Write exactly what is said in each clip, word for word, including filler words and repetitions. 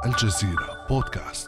الجزيرة بودكاست.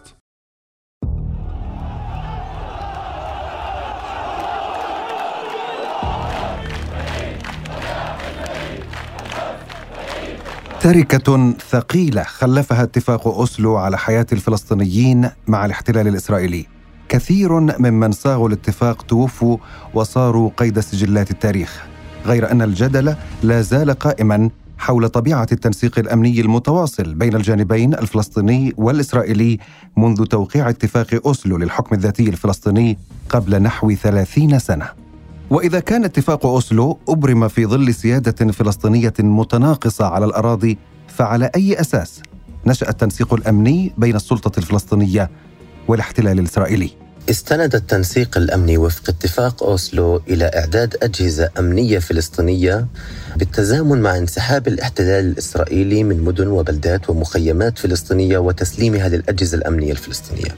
تركة ثقيلة خلفها اتفاق أوسلو على حياة الفلسطينيين مع الاحتلال الإسرائيلي. كثير ممن صاغوا الاتفاق توفوا وصاروا قيد سجلات التاريخ، غير أن الجدل لا زال قائماً حول طبيعة التنسيق الأمني المتواصل بين الجانبين الفلسطيني والإسرائيلي منذ توقيع اتفاق أوسلو للحكم الذاتي الفلسطيني قبل نحو ثلاثين سنة. وإذا كان اتفاق أوسلو أبرم في ظل سيادة فلسطينية متناقصة على الأراضي، فعلى أي أساس نشأ التنسيق الأمني بين السلطة الفلسطينية والاحتلال الإسرائيلي؟ استند التنسيق الأمني وفق اتفاق أوسلو إلى إعداد أجهزة أمنية فلسطينية بالتزامن مع انسحاب الاحتلال الإسرائيلي من مدن وبلدات ومخيمات فلسطينية وتسليمها للأجهزة الأمنية الفلسطينية،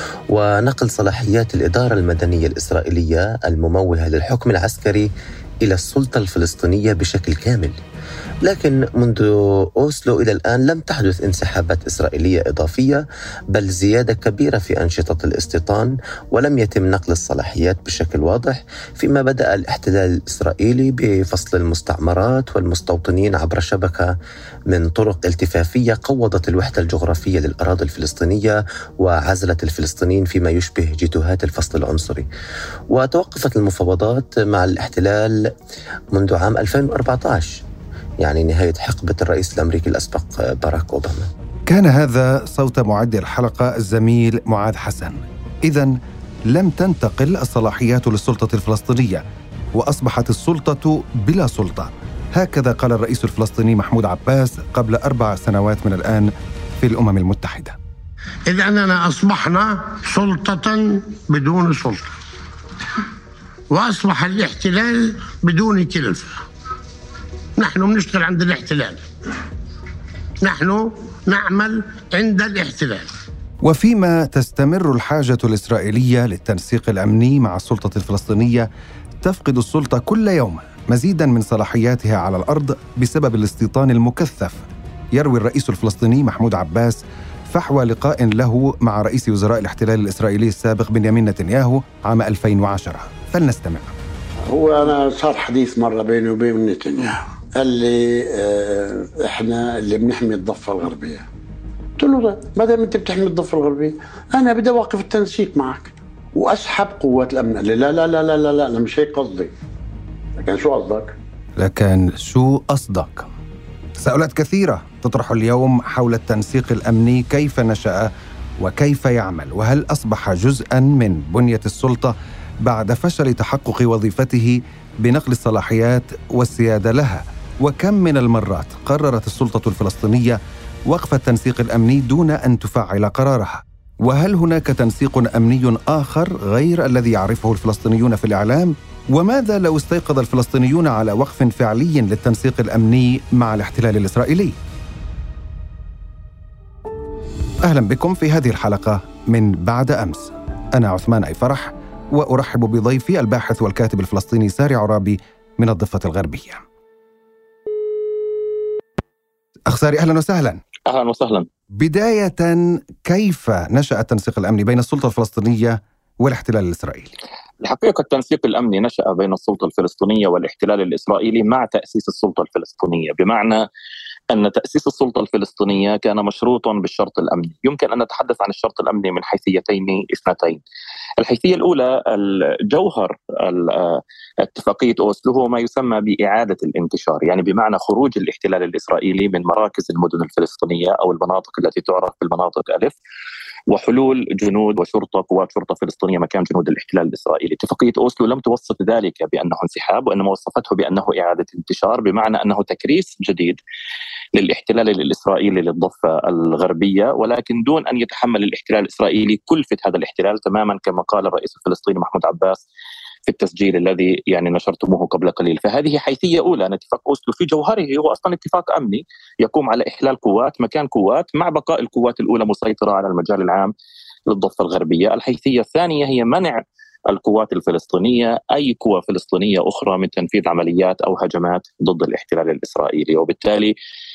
ونقل صلاحيات الإدارة المدنية الإسرائيلية المموهة للحكم العسكري إلى السلطة الفلسطينية بشكل كامل. لكن منذ أوسلو إلى الآن لم تحدث انسحابات إسرائيلية إضافية، بل زيادة كبيرة في أنشطة الاستيطان، ولم يتم نقل الصلاحيات بشكل واضح، فيما بدأ الاحتلال الإسرائيلي بفصل المستعمرات والمستوطنين عبر شبكة من طرق التفافية قوضت الوحدة الجغرافية للأراضي الفلسطينية وعزلت الفلسطينيين فيما يشبه جتوهات الفصل العنصري. وتوقفت المفاوضات مع الاحتلال منذ عام ألفين وأربعة عشر، يعني نهاية حقبة الرئيس الأمريكي الأسبق باراك أوباما. كان هذا صوت معد الحلقة الزميل معاذ حسن. إذن لم تنتقل الصلاحيات للسلطة الفلسطينية، وأصبحت السلطة بلا سلطة. هكذا قال الرئيس الفلسطيني محمود عباس قبل أربع سنوات من الآن في الأمم المتحدة. إذا أننا أصبحنا سلطة بدون سلطة، وأصبح الاحتلال بدون كلفة. نحن بنشتغل عند الاحتلال، نحن نعمل عند الاحتلال. وفيما تستمر الحاجة الإسرائيلية للتنسيق الأمني مع السلطة الفلسطينية، تفقد السلطة كل يوم مزيداً من صلاحياتها على الأرض بسبب الاستيطان المكثف. يروي الرئيس الفلسطيني محمود عباس فحوى لقاء له مع رئيس وزراء الاحتلال الإسرائيلي السابق بنيامين نتنياهو عام ألفين وعشرة. فلنستمع. هو أنا صار حديث مرة بيني وبين نتنياهو، قال لي اه احنا اللي بنحمي الضفة الغربية. قلت له طيب ما دام انت بتحمي الضفة الغربية، انا بدي اوقف التنسيق معك واسحب قوات الامن. قال لي لا لا لا لا لا لا انا مش هيك قصدي. لكن شو قصدك؟ لكن شو قصدك؟ تساؤلات كثيرة تطرح اليوم حول التنسيق الأمني، كيف نشأ وكيف يعمل، وهل أصبح جزءاً من بنية السلطة بعد فشل تحقق وظيفته بنقل الصلاحيات والسيادة لها؟ وكم من المرات قررت السلطة الفلسطينية وقف التنسيق الأمني دون أن تفعل قرارها؟ وهل هناك تنسيق أمني آخر غير الذي يعرفه الفلسطينيون في الإعلام؟ وماذا لو استيقظ الفلسطينيون على وقف فعلي للتنسيق الأمني مع الاحتلال الإسرائيلي؟ أهلا بكم في هذه الحلقة من بعد أمس. أنا عثمان أي فرح، وأرحب بضيفي الباحث والكاتب الفلسطيني ساري عرابي من الضفة الغربية. أخ ساري، أهلا وسهلا. أهلا وسهلا. بداية، كيف نشأ التنسيق الأمني بين السلطة الفلسطينية والاحتلال الإسرائيلي؟ الحقيقة التنسيق الأمني نشأ بين السلطة الفلسطينية والاحتلال الإسرائيلي مع تأسيس السلطة الفلسطينية، بمعنى أن تأسيس السلطة الفلسطينية كان مشروطا بالشرط الأمني. يمكن أن نتحدث عن الشرط الأمني من حيثيتين اثنتين. الحيثية الأولى، الجوهر اتفاقية أوسلو هو ما يسمى بإعادة الانتشار، يعني بمعنى خروج الاحتلال الإسرائيلي من مراكز المدن الفلسطينية أو المناطق التي تعرف بالمناطق ألف، وحلول جنود وشرطة قوات شرطة فلسطينية مكان جنود الاحتلال الإسرائيلي. اتفاقية أوسلو لم توصف ذلك بأنه انسحاب، وإنما وصفته بأنه إعادة انتشار، بمعنى أنه تكريس جديد للاحتلال الإسرائيلي للضفة الغربية، ولكن دون أن يتحمل الاحتلال الإسرائيلي كلفة هذا الاحتلال، تماما كما قال الرئيس الفلسطيني محمود عباس في التسجيل الذي يعني نشرتموه قبل قليل. فهذه حيثية أولى أن اتفاق أوسلو في جوهره هو أصلا اتفاق أمني يقوم على إحلال قوات مكان قوات، مع بقاء القوات الأولى مسيطرة على المجال العام للضفة الغربية. الحيثية الثانية هي منع القوات الفلسطينية أي قوى فلسطينية أخرى من تنفيذ عمليات أو هجمات ضد الاحتلال الإسرائيلي، وبالتالي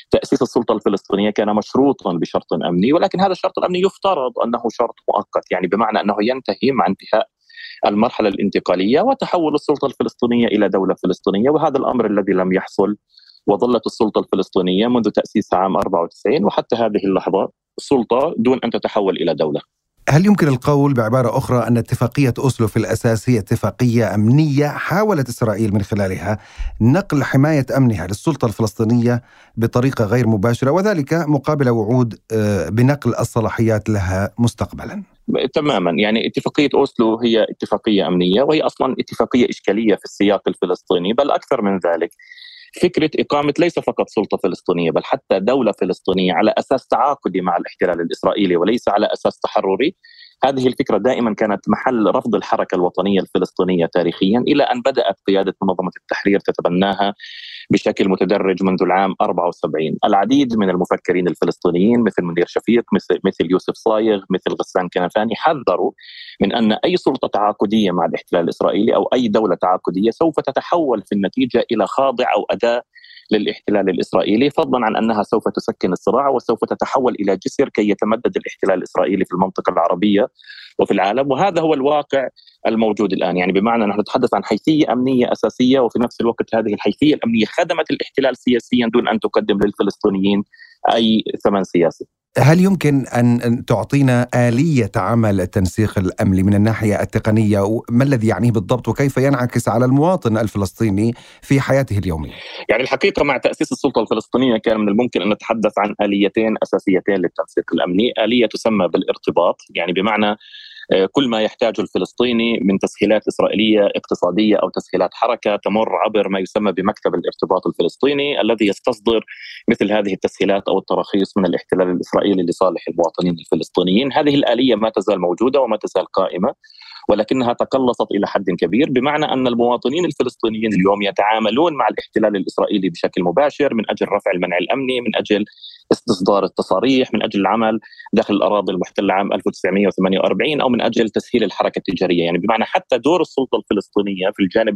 تأسيس السلطة الفلسطينية كان مشروطا بشرط أمني، ولكن هذا الشرط الأمني يفترض أنه شرط مؤقت، يعني بمعنى أنه ينتهي مع انتهاء المرحلة الانتقالية وتحول السلطة الفلسطينية إلى دولة فلسطينية، وهذا الأمر الذي لم يحصل. وظلت السلطة الفلسطينية منذ تأسيسها عام أربعة وتسعين وحتى هذه اللحظة سلطة دون أن تتحول إلى دولة. هل يمكن القول بعبارة أخرى أن اتفاقية أوسلو في الأساس هي اتفاقية أمنية حاولت إسرائيل من خلالها نقل حماية أمنها للسلطة الفلسطينية بطريقة غير مباشرة، وذلك مقابل وعود بنقل الصلاحيات لها مستقبلا؟ تماما، يعني اتفاقية أوسلو هي اتفاقية أمنية، وهي أصلا اتفاقية إشكالية في السياق الفلسطيني، بل أكثر من ذلك فكرة إقامة ليس فقط سلطة فلسطينية بل حتى دولة فلسطينية على أساس تعاقدي مع الاحتلال الإسرائيلي وليس على أساس تحرري. هذه الفكرة دائما كانت محل رفض الحركة الوطنية الفلسطينية تاريخيا، إلى أن بدأت قيادة منظمة التحرير تتبناها بشكل متدرج منذ العام أربعة وسبعين. العديد من المفكرين الفلسطينيين مثل منير شفيق، مثل مثل يوسف صايغ، مثل غسان كنفاني حذروا من أن أي سلطة تعاقدية مع الاحتلال الإسرائيلي أو أي دولة تعاقدية سوف تتحول في النتيجة إلى خاضع أو أداة للاحتلال الإسرائيلي، فضلا عن أنها سوف تسكن الصراع وسوف تتحول إلى جسر كي يتمدد الاحتلال الإسرائيلي في المنطقة العربية وفي العالم. وهذا هو الواقع الموجود الآن، يعني بمعنى نحن نتحدث عن حيثية أمنية أساسية، وفي نفس الوقت هذه الحيثية الأمنية خدمت الاحتلال سياسيا دون أن تقدم للفلسطينيين أي ثمن سياسي. هل يمكن أن تعطينا آلية عمل التنسيق الأمني من الناحية التقنية؟ ما الذي يعنيه بالضبط وكيف ينعكس على المواطن الفلسطيني في حياته اليومية؟ يعني الحقيقة مع تأسيس السلطة الفلسطينية كان من الممكن أن نتحدث عن آليتين أساسيتين للتنسيق الأمني. آلية تسمى بالارتباط، يعني بمعنى كل ما يحتاجه الفلسطيني من تسهيلات إسرائيلية اقتصادية أو تسهيلات حركة تمر عبر ما يسمى بمكتب الارتباط الفلسطيني الذي يستصدر مثل هذه التسهيلات أو التراخيص من الاحتلال الإسرائيلي لصالح المواطنين الفلسطينيين. هذه الآلية ما تزال موجودة وما تزال قائمة، ولكنها تقلصت إلى حد كبير، بمعنى أن المواطنين الفلسطينيين اليوم يتعاملون مع الاحتلال الإسرائيلي بشكل مباشر من أجل رفع المنع الأمني، من أجل استصدار التصاريح، من أجل العمل داخل الأراضي المحتلة عام ألف وتسعمائة وثمانية وأربعين، أو من أجل تسهيل الحركة التجارية. يعني بمعنى حتى دور السلطة الفلسطينية في الجانب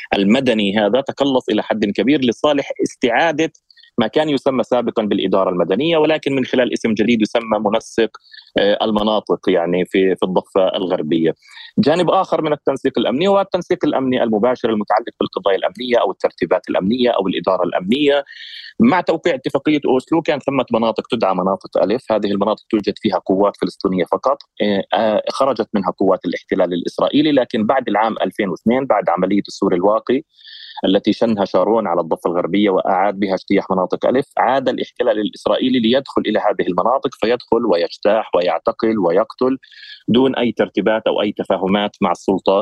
المدني هذا تقلص إلى حد كبير لصالح استعادة ما كان يسمى سابقا بالإدارة المدنية، ولكن من خلال اسم جديد يسمى منسق المناطق، يعني في في الضفة الغربية. جانب آخر من التنسيق الأمني هو التنسيق الأمني المباشر المتعلق بالقضايا الأمنية أو الترتيبات الأمنية أو الإدارة الأمنية. مع توقيع اتفاقية أوسلو كان ثمة مناطق تدعى مناطق ألف، هذه المناطق توجد فيها قوات فلسطينية فقط، خرجت منها قوات الاحتلال الإسرائيلي، لكن بعد العام ألفين واثنين بعد عملية السور الواقي التي شنها شارون على الضفة الغربية وأعاد بها اجتياح مناطق ألف، عاد الاحتلال الإسرائيلي ليدخل إلى هذه المناطق، فيدخل ويجتاح ويعتقل ويقتل دون أي ترتيبات أو أي تفاهمات مع السلطة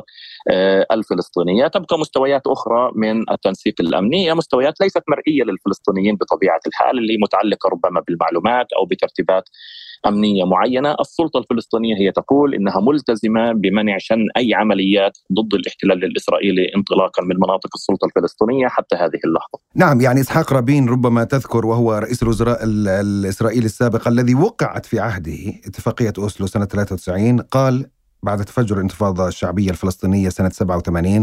الفلسطينية. تبقى مستويات أخرى من التنسيق الأمني، مستويات ليست مرئية للفلسطينيين بطبيعة الحال، اللي متعلقة ربما بالمعلومات أو بترتيبات أمنية معينة. السلطة الفلسطينية هي تقول إنها ملتزمة بمنع شن أي عمليات ضد الاحتلال الإسرائيلي انطلاقا من مناطق السلطة الفلسطينية حتى هذه اللحظة. نعم، يعني إسحاق رابين ربما تذكر، وهو رئيس الوزراء الإسرائيلي السابق الذي وقعت في عهده اتفاقية أوسلو سنة ثلاثة وتسعين، قال بعد تفجر الانتفاضة الشعبية الفلسطينية سنة سبعة وثمانين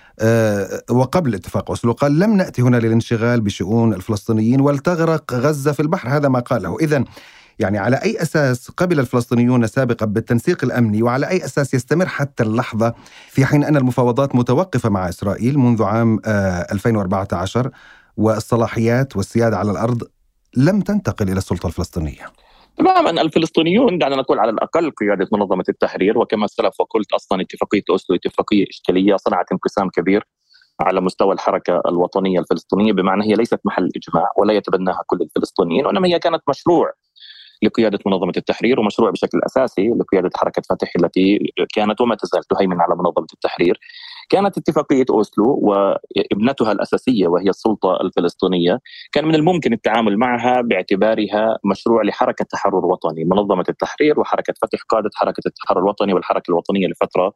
أه وقبل اتفاق أوسلو، قال لم نأتي هنا للانشغال بشؤون الفلسطينيين ولتغرق غزة في البحر. هذا ما قاله. إذن يعني على أي أساس قبل الفلسطينيون سابقا بالتنسيق الأمني، وعلى أي أساس يستمر حتى اللحظة في حين أن المفاوضات متوقفة مع إسرائيل منذ عام ألفين وأربعة عشر والصلاحيات والسيادة على الأرض لم تنتقل إلى السلطة الفلسطينية؟ تماما. الفلسطينيون دعنا نقول على الأقل قيادة منظمة التحرير، وكما سلف وقلت أصلا اتفاقية أوسلو اتفاقية إشكالية صنعت انقسام كبير على مستوى الحركة الوطنية الفلسطينية، بمعنى هي ليست محل إجماع ولا يتبناها كل الفلسطينيين، وإنما هي كانت مشروع لقيادة منظمة التحرير ومشروع بشكل أساسي لقيادة حركة فتح التي كانت وما تزال تهيمن على منظمة التحرير. كانت اتفاقية أوسلو وابنتها الأساسية وهي السلطة الفلسطينية كان من الممكن التعامل معها باعتبارها مشروع لحركة تحرر وطني. منظمة التحرير وحركة فتح قادت حركة التحرر الوطني والحركة الوطنية لفترة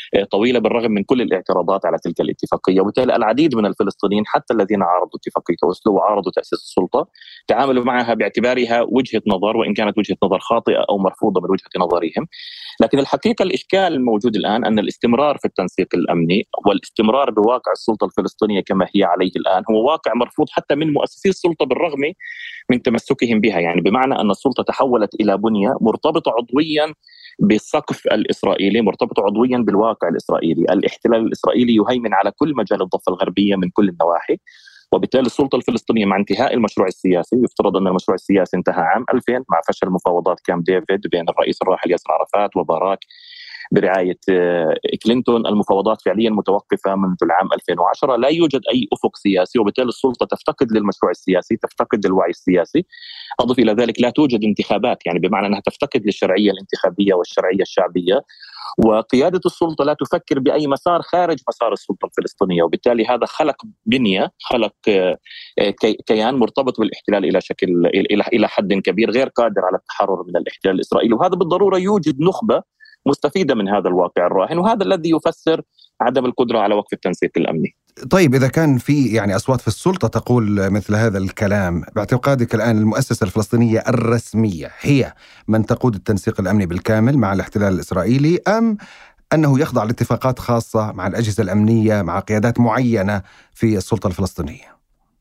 طويلة بالرغم من كل الاعتراضات على تلك الاتفاقية. وبالتالي العديد من الفلسطينيين حتى الذين عارضوا اتفاقية أوسلو وعارضوا تأسيس السلطة تعاملوا معها باعتبارها وجهة نظر، وإن كانت وجهة نظر خاطئة أو مرفوضة من وجهة نظرهم. لكن الحقيقة الإشكال الموجود الآن أن الاستمرار في التنسيق الأمني والاستمرار بواقع السلطة الفلسطينية كما هي عليه الآن هو واقع مرفوض حتى من مؤسسي السلطة بالرغم من تمسكهم بها. يعني بمعنى أن السلطة تحولت إلى بنية مرتبطة عضويا بالسقف الإسرائيلي، مرتبطة عضويا بالواقع الإسرائيلي. الاحتلال الإسرائيلي يهيمن على كل مجال الضفة الغربية من كل النواحي، وبالتالي السلطة الفلسطينية مع انتهاء المشروع السياسي، يفترض أن المشروع السياسي انتهى عام ألفين مع فشل مفاوضات كامب ديفيد بين الرئيس الراحل ياسر عرفات وباراك برعاية كلينتون. المفاوضات فعليا متوقفة منذ العام ألفين وعشرة، لا يوجد أي أفق سياسي، وبالتالي السلطة تفتقد للمشروع السياسي، تفتقد للوعي السياسي. أضف إلى ذلك لا توجد انتخابات، يعني بمعنى أنها تفتقد للشرعية الانتخابية والشرعية الشعبية، وقيادة السلطة لا تفكر بأي مسار خارج مسار السلطة الفلسطينية. وبالتالي هذا خلق بنية، خلق كيان مرتبط بالاحتلال إلى شكل إلى حد كبير غير قادر على التحرر من الاحتلال الإسرائيلي، وهذا بالضرورة يوجد نخبة مستفيدة من هذا الواقع الراهن، وهذا الذي يفسر عدم القدرة على وقف التنسيق الأمني. طيب إذا كان في يعني أصوات في السلطة تقول مثل هذا الكلام، باعتقادك الآن المؤسسة الفلسطينية الرسمية هي من تقود التنسيق الأمني بالكامل مع الاحتلال الإسرائيلي، أم أنه يخضع لاتفاقات خاصة مع الأجهزة الأمنية مع قيادات معينة في السلطة الفلسطينية؟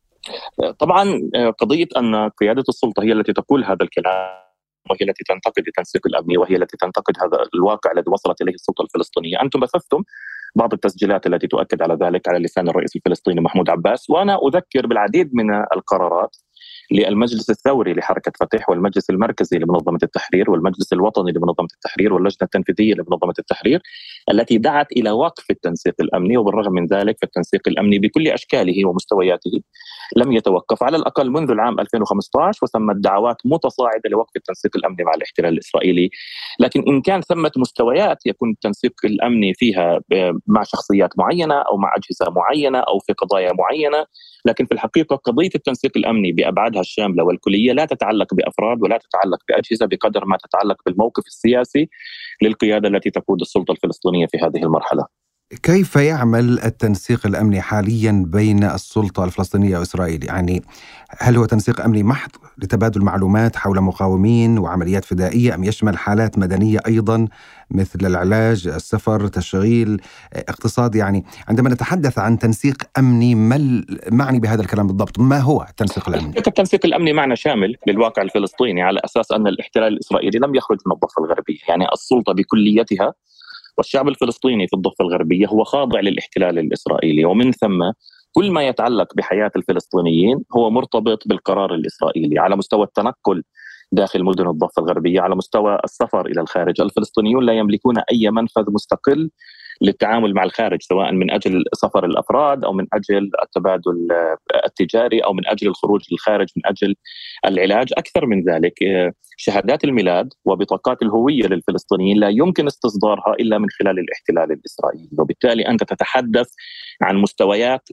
طبعا قضية أن قيادة السلطة هي التي تقول هذا الكلام، وهي التي تنتقد التنسيق الأمني، وهي التي تنتقد هذا الواقع الذي وصلت إليه السلطة الفلسطينية. أنتم بثثتم بعض التسجيلات التي تؤكد على ذلك على لسان الرئيس الفلسطيني محمود عباس، وأنا أذكر بالعديد من القرارات للمجلس الثوري لحركة فتح والمجلس المركزي لمنظمة التحرير والمجلس الوطني لمنظمة التحرير واللجنة التنفيذية لمنظمة التحرير التي دعت إلى وقف التنسيق الأمني. وبالرغم من ذلك فالتنسيق الأمني بكل أشكاله ومستوياته لم يتوقف على الأقل منذ العام ألفين وخمسة عشر، وثمت دعوات متصاعدة لوقف التنسيق الأمني مع الاحتلال الإسرائيلي. لكن إن كان ثمة مستويات يكون التنسيق الأمني فيها مع شخصيات معينة أو مع أجهزة معينة أو في قضايا معينة، لكن في الحقيقة قضية التنسيق الأمني بأبعادها الشاملة والكلية لا تتعلق بأفراد ولا تتعلق بأجهزة بقدر ما تتعلق بالموقف السياسي للقيادة التي تقود السلطة الفلسطينية في هذه المرحلة. كيف يعمل التنسيق الأمني حاليا بين السلطة الفلسطينية وإسرائيل؟ يعني هل هو تنسيق أمني محض لتبادل معلومات حول مقاومين وعمليات فدائية، أم يشمل حالات مدنية أيضا مثل العلاج، السفر، تشغيل، اقتصاد؟ يعني عندما نتحدث عن تنسيق أمني ما المعني بهذا الكلام بالضبط؟ ما هو التنسيق الأمني؟ التنسيق الأمني معنى شامل للواقع الفلسطيني على أساس أن الاحتلال الإسرائيلي لم يخرج من الضفة الغربية، يعني السلطة بكليتها والشعب الفلسطيني في الضفة الغربية هو خاضع للاحتلال الإسرائيلي، ومن ثم كل ما يتعلق بحياة الفلسطينيين هو مرتبط بالقرار الإسرائيلي على مستوى التنقل داخل مدن الضفة الغربية، على مستوى السفر إلى الخارج. الفلسطينيون لا يملكون أي منفذ مستقل للتعامل مع الخارج، سواء من أجل سفر الأفراد أو من أجل التبادل التجاري أو من أجل الخروج للخارج من أجل العلاج. أكثر من ذلك، شهادات الميلاد وبطاقات الهوية للفلسطينيين لا يمكن استصدارها إلا من خلال الاحتلال الإسرائيلي، وبالتالي أنت تتحدث عن مستويات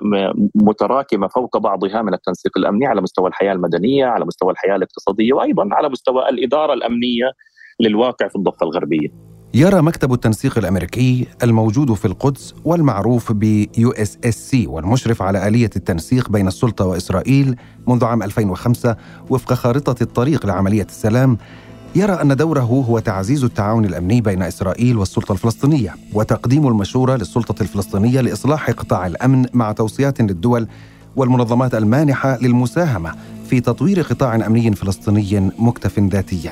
متراكمة فوق بعضها من التنسيق الأمني على مستوى الحياة المدنية، على مستوى الحياة الاقتصادية، وأيضا على مستوى الإدارة الأمنية للواقع في الضفة الغربية. يرى مكتب التنسيق الأمريكي الموجود في القدس والمعروف ب يو إس إس سي والمشرف على آلية التنسيق بين السلطة وإسرائيل منذ عام ألفين وخمسة وفق خارطة الطريق لعملية السلام، يرى أن دوره هو تعزيز التعاون الأمني بين إسرائيل والسلطة الفلسطينية وتقديم المشورة للسلطة الفلسطينية لإصلاح قطاع الأمن مع توصيات للدول والمنظمات المانحة للمساهمة في تطوير قطاع أمني فلسطيني مكتف ذاتياً.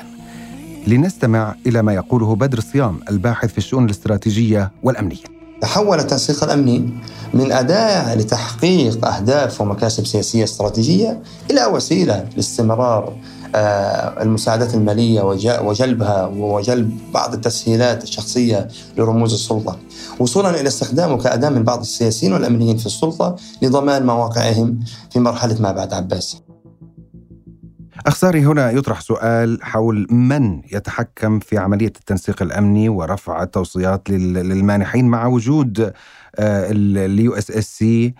لنستمع إلى ما يقوله بدر صيام الباحث في الشؤون الاستراتيجية والأمنية. تحول التنسيق الأمني من أداة لتحقيق أهداف ومكاسب سياسية استراتيجية إلى وسيلة لاستمرار المساعدات المالية وجلبها وجلب بعض التسهيلات الشخصية لرموز السلطة، وصولا إلى استخدامه كأداة من بعض السياسيين والأمنيين في السلطة لضمان مواقعهم في مرحلة ما بعد عباس. أخ ساري، هنا يطرح سؤال حول من يتحكم في عملية التنسيق الأمني ورفع التوصيات للمانحين مع وجود اليو اس اس سي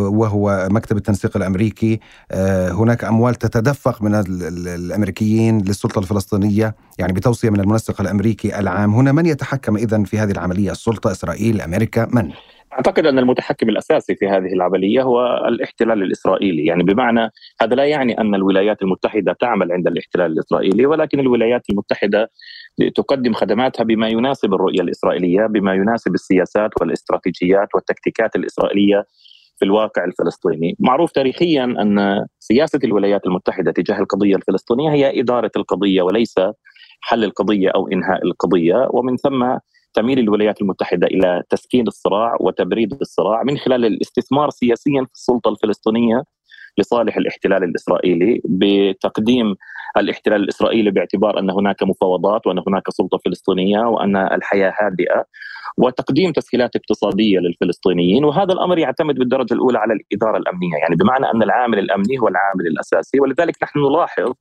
وهو مكتب التنسيق الأمريكي. هناك أموال تتدفق من الأمريكيين للسلطة الفلسطينية يعني بتوصية من المنسق الأمريكي العام. هنا من يتحكم إذن في هذه العملية؟ السلطة، إسرائيل، أمريكا، من؟ أعتقد أن المتحكم الأساسي في هذه العملية هو الاحتلال الإسرائيلي. يعني بمعنى هذا لا يعني أن الولايات المتحدة تعمل عند الاحتلال الإسرائيلي، ولكن الولايات المتحدة تقدم خدماتها بما يناسب الرؤية الإسرائيلية، بما يناسب السياسات والاستراتيجيات والتكتيكات الإسرائيلية في الواقع الفلسطيني. معروف تاريخيا أن سياسة الولايات المتحدة تجاه القضية الفلسطينية هي إدارة القضية وليس حل القضية أو إنهاء القضية، ومن ثم تميل الولايات المتحدة إلى تسكين الصراع وتبريد الصراع من خلال الاستثمار سياسيا في السلطة الفلسطينية لصالح الاحتلال الإسرائيلي، بتقديم الاحتلال الإسرائيلي باعتبار أن هناك مفاوضات وأن هناك سلطة فلسطينية وأن الحياة هادئة، وتقديم تسهيلات اقتصادية للفلسطينيين. وهذا الأمر يعتمد بالدرجة الأولى على الإدارة الأمنية، يعني بمعنى أن العامل الأمني هو العامل الأساسي. ولذلك نحن نلاحظ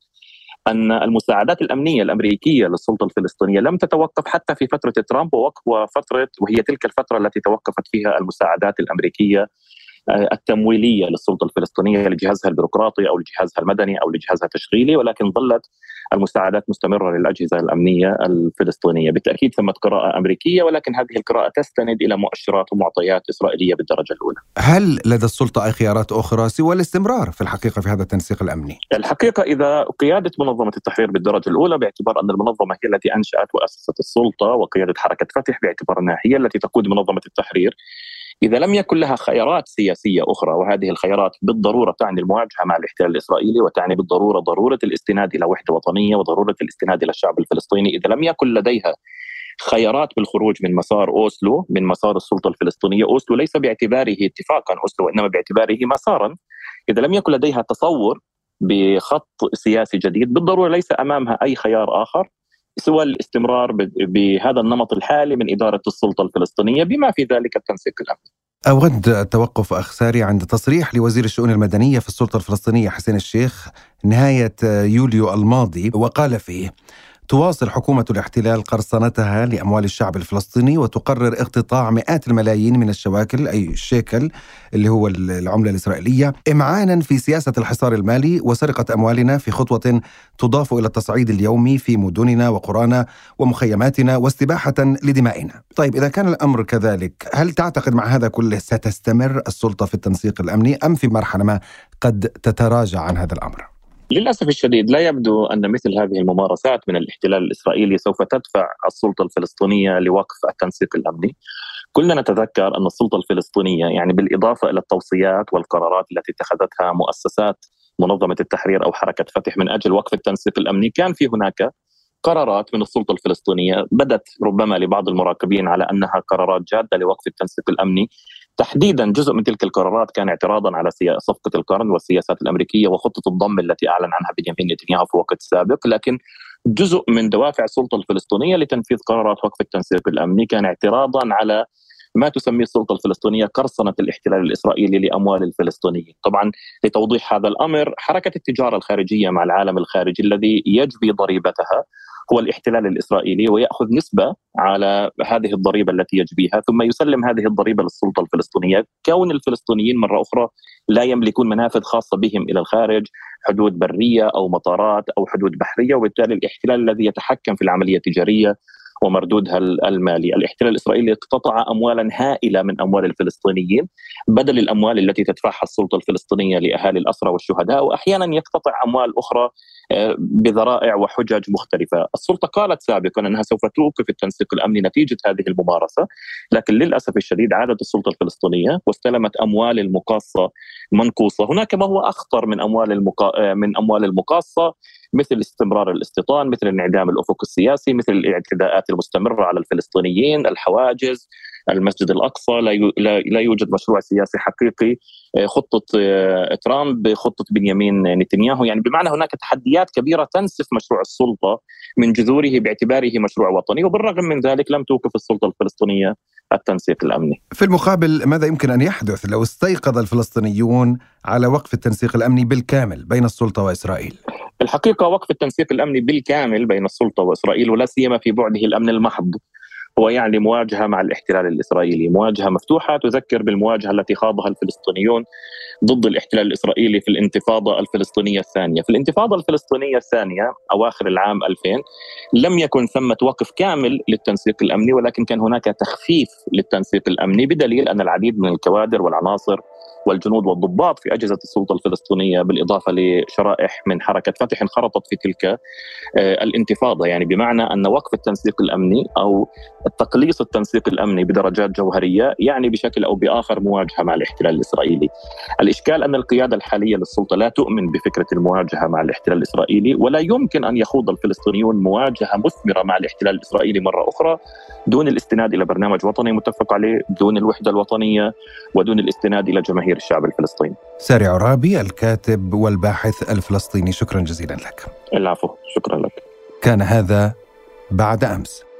أن المساعدات الأمنية الأمريكية للسلطة الفلسطينية لم تتوقف حتى في فترة ترامب، وفترة وهي تلك الفترة التي توقفت فيها المساعدات الأمريكية التمويلية للسلطة الفلسطينية لجهازها البيروقراطي أو لجهازها المدني أو لجهازها التشغيلي، ولكن ظلت المساعدات مستمرة للأجهزة الأمنية الفلسطينية. بالتأكيد ثمة قراءة أمريكية، ولكن هذه القراءة تستند إلى مؤشرات ومعطيات إسرائيلية بالدرجة الأولى. هل لدى السلطة أي خيارات أخرى سوى الاستمرار في الحقيقة في هذا التنسيق الأمني؟ الحقيقة إذا قيادة منظمة التحرير بالدرجة الأولى، باعتبار أن المنظمة هي التي أنشأت وأسست السلطة، وقيادة حركة فتح باعتبار أنها هي التي تقود منظمة التحرير، إذا لم يكن لها خيارات سياسية أخرى، وهذه الخيارات بالضرورة تعني المواجهة مع الاحتلال الإسرائيلي وتعني بالضرورة ضرورة الاستناد إلى وحدة وطنية وضرورة الاستناد إلى الشعب الفلسطيني، إذا لم يكن لديها خيارات بالخروج من مسار أوسلو، من مسار السلطة الفلسطينية، أوسلو ليس باعتباره اتفاقا أوسلو وإنما باعتباره مسارا، إذا لم يكن لديها تصور بخط سياسي جديد، بالضرورة ليس أمامها أي خيار آخر سوى الاستمرار بهذا النمط الحالي من إدارة السلطة الفلسطينية بما في ذلك التنسيق الأمني. أود التوقف أخ ساري عند تصريح لوزير الشؤون المدنية في السلطة الفلسطينية حسين الشيخ نهاية يوليو الماضي، وقال فيه: تواصل حكومة الاحتلال قرصنتها لأموال الشعب الفلسطيني وتقرر اقتطاع مئات الملايين من الشواكل، أي الشيكل اللي هو العملة الإسرائيلية، إمعانا في سياسة الحصار المالي وسرقة أموالنا في خطوة تضاف إلى التصعيد اليومي في مدننا وقرانا ومخيماتنا واستباحة لدمائنا. طيب، إذا كان الأمر كذلك، هل تعتقد مع هذا كله ستستمر السلطة في التنسيق الأمني أم في مرحلة ما قد تتراجع عن هذا الأمر؟ للأسف الشديد لا يبدو أن مثل هذه الممارسات من الاحتلال الإسرائيلي سوف تدفع السلطة الفلسطينية لوقف التنسيق الأمني. كلنا نتذكر أن السلطة الفلسطينية يعني بالإضافة إلى التوصيات والقرارات التي اتخذتها مؤسسات منظمة التحرير أو حركة فتح من أجل وقف التنسيق الأمني، كان في هناك قرارات من السلطة الفلسطينية بدت ربما لبعض المراقبين على أنها قرارات جادة لوقف التنسيق الأمني. تحديدا جزء من تلك القرارات كان اعتراضا على صفقة القرن والسياسات الأمريكية وخطة الضم التي أعلن عنها بنيامين نتنياهو في وقت سابق، لكن جزء من دوافع السلطة الفلسطينية لتنفيذ قرارات وقف التنسيق الأمني كان اعتراضا على ما تسميه السلطة الفلسطينية قرصنة الاحتلال الإسرائيلي لأموال الفلسطينيين. طبعا لتوضيح هذا الأمر، حركة التجارة الخارجية مع العالم الخارجي الذي يجبي ضريبتها هو الاحتلال الإسرائيلي، ويأخذ نسبة على هذه الضريبة التي يجبيها ثم يسلم هذه الضريبة للسلطة الفلسطينية. كون الفلسطينيين مرة أخرى لا يملكون منافذ خاصة بهم إلى الخارج، حدود برية أو مطارات أو حدود بحرية، وبالتالي الاحتلال الذي يتحكم في العملية التجارية ومردودها المالي. الاحتلال الإسرائيلي اقتطع أموالا هائلة من أموال الفلسطينيين بدل الأموال التي تدفعها السلطة الفلسطينية لأهالي الأسرى والشهداء، وأحيانا يقتطع أموال أخرى بذرائع وحجج مختلفة. السلطة قالت سابقا أنها سوف توقف التنسيق الأمني نتيجة هذه الممارسة، لكن للأسف الشديد عادت السلطة الفلسطينية واستلمت أموال المقاصة منقوصة. هناك ما هو أخطر من أموال المقا... من أموال المقاصة، مثل استمرار الاستيطان، مثل انعدام الأفق السياسي، مثل الاعتداءات المستمرة على الفلسطينيين، الحواجز، المسجد الأقصى. لا يوجد مشروع سياسي حقيقي، خطة ترامب، خطة بنيامين نتنياهو، يعني بمعنى هناك تحديات كبيرة تنسف مشروع السلطة من جذوره باعتباره مشروع وطني، وبالرغم من ذلك لم توقف السلطة الفلسطينية التنسيق الأمني. في المقابل، ماذا يمكن أن يحدث لو استيقظ الفلسطينيون على وقف التنسيق الأمني بالكامل بين السلطة وإسرائيل؟ الحقيقة وقف التنسيق الأمني بالكامل بين السلطة وإسرائيل، ولا سيما في بعده الأمن المحض، هو يعني مواجهة مع الاحتلال الإسرائيلي، مواجهة مفتوحة تذكر بالمواجهة التي خاضها الفلسطينيون ضد الاحتلال الإسرائيلي في الانتفاضة الفلسطينية الثانية. في الانتفاضة الفلسطينية الثانية أواخر العام ألفين لم يكن ثمة وقف كامل للتنسيق الأمني، ولكن كان هناك تخفيف للتنسيق الأمني، بدليل أن العديد من الكوادر والعناصر والجنود والضباط في أجهزة السلطة الفلسطينية بالإضافة لشرائح من حركة فتح انخرطت في تلك الانتفاضة. يعني بمعنى أن وقف التنسيق الأمني أو تقليص التنسيق الأمني بدرجات جوهرية يعني بشكل أو بآخر مواجهة مع الاحتلال الإسرائيلي. الإشكال أن القيادة الحالية للسلطة لا تؤمن بفكرة المواجهة مع الاحتلال الإسرائيلي، ولا يمكن أن يخوض الفلسطينيون مواجهة مثمرة مع الاحتلال الإسرائيلي مرة أخرى دون الاستناد إلى برنامج وطني متفق عليه، دون الوحدة الوطنية، ودون الاستناد إلى جماهير الشعب الفلسطيني. ساري عرابي الكاتب والباحث الفلسطيني، شكرا جزيلا لك. العفو، شكرا لك. كان هذا بعد أمس.